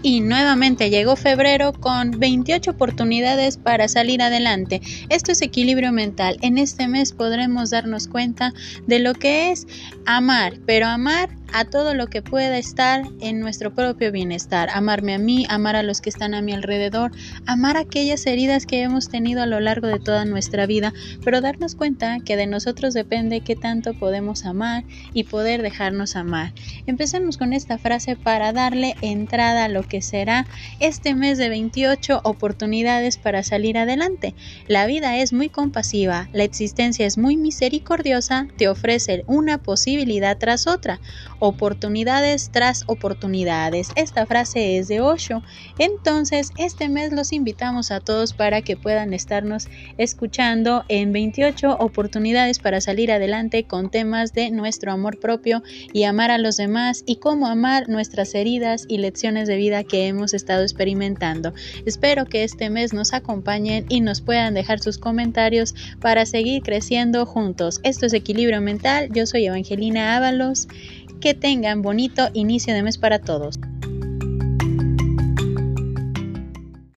Y nuevamente llegó febrero con 28 oportunidades para salir adelante. Esto es equilibrio mental. En este mes podremos darnos cuenta de lo que es amar, pero amar a todo lo que pueda estar en nuestro propio bienestar. Amarme a mí, amar a los que están a mi alrededor, amar aquellas heridas que hemos tenido a lo largo de toda nuestra vida, pero darnos cuenta que de nosotros depende qué tanto podemos amar y poder dejarnos amar. Empecemos con esta frase para darle entrada a lo que será este mes de 28 oportunidades para salir adelante. La vida es muy compasiva, la existencia es muy misericordiosa, te ofrece una posibilidad tras otra, oportunidades tras oportunidades. Esta frase es de Osho. Entonces, este mes los invitamos a todos para que puedan estarnos escuchando en 28 oportunidades para salir adelante con temas de nuestro amor propio y amar a los demás y cómo amar nuestras heridas y lecciones de vida que hemos estado experimentando. Espero que este mes nos acompañen y nos puedan dejar sus comentarios para seguir creciendo juntos. Esto es Equilibrio Mental. Yo soy Evangelina Ábalos. Que tengan bonito inicio de mes para todos.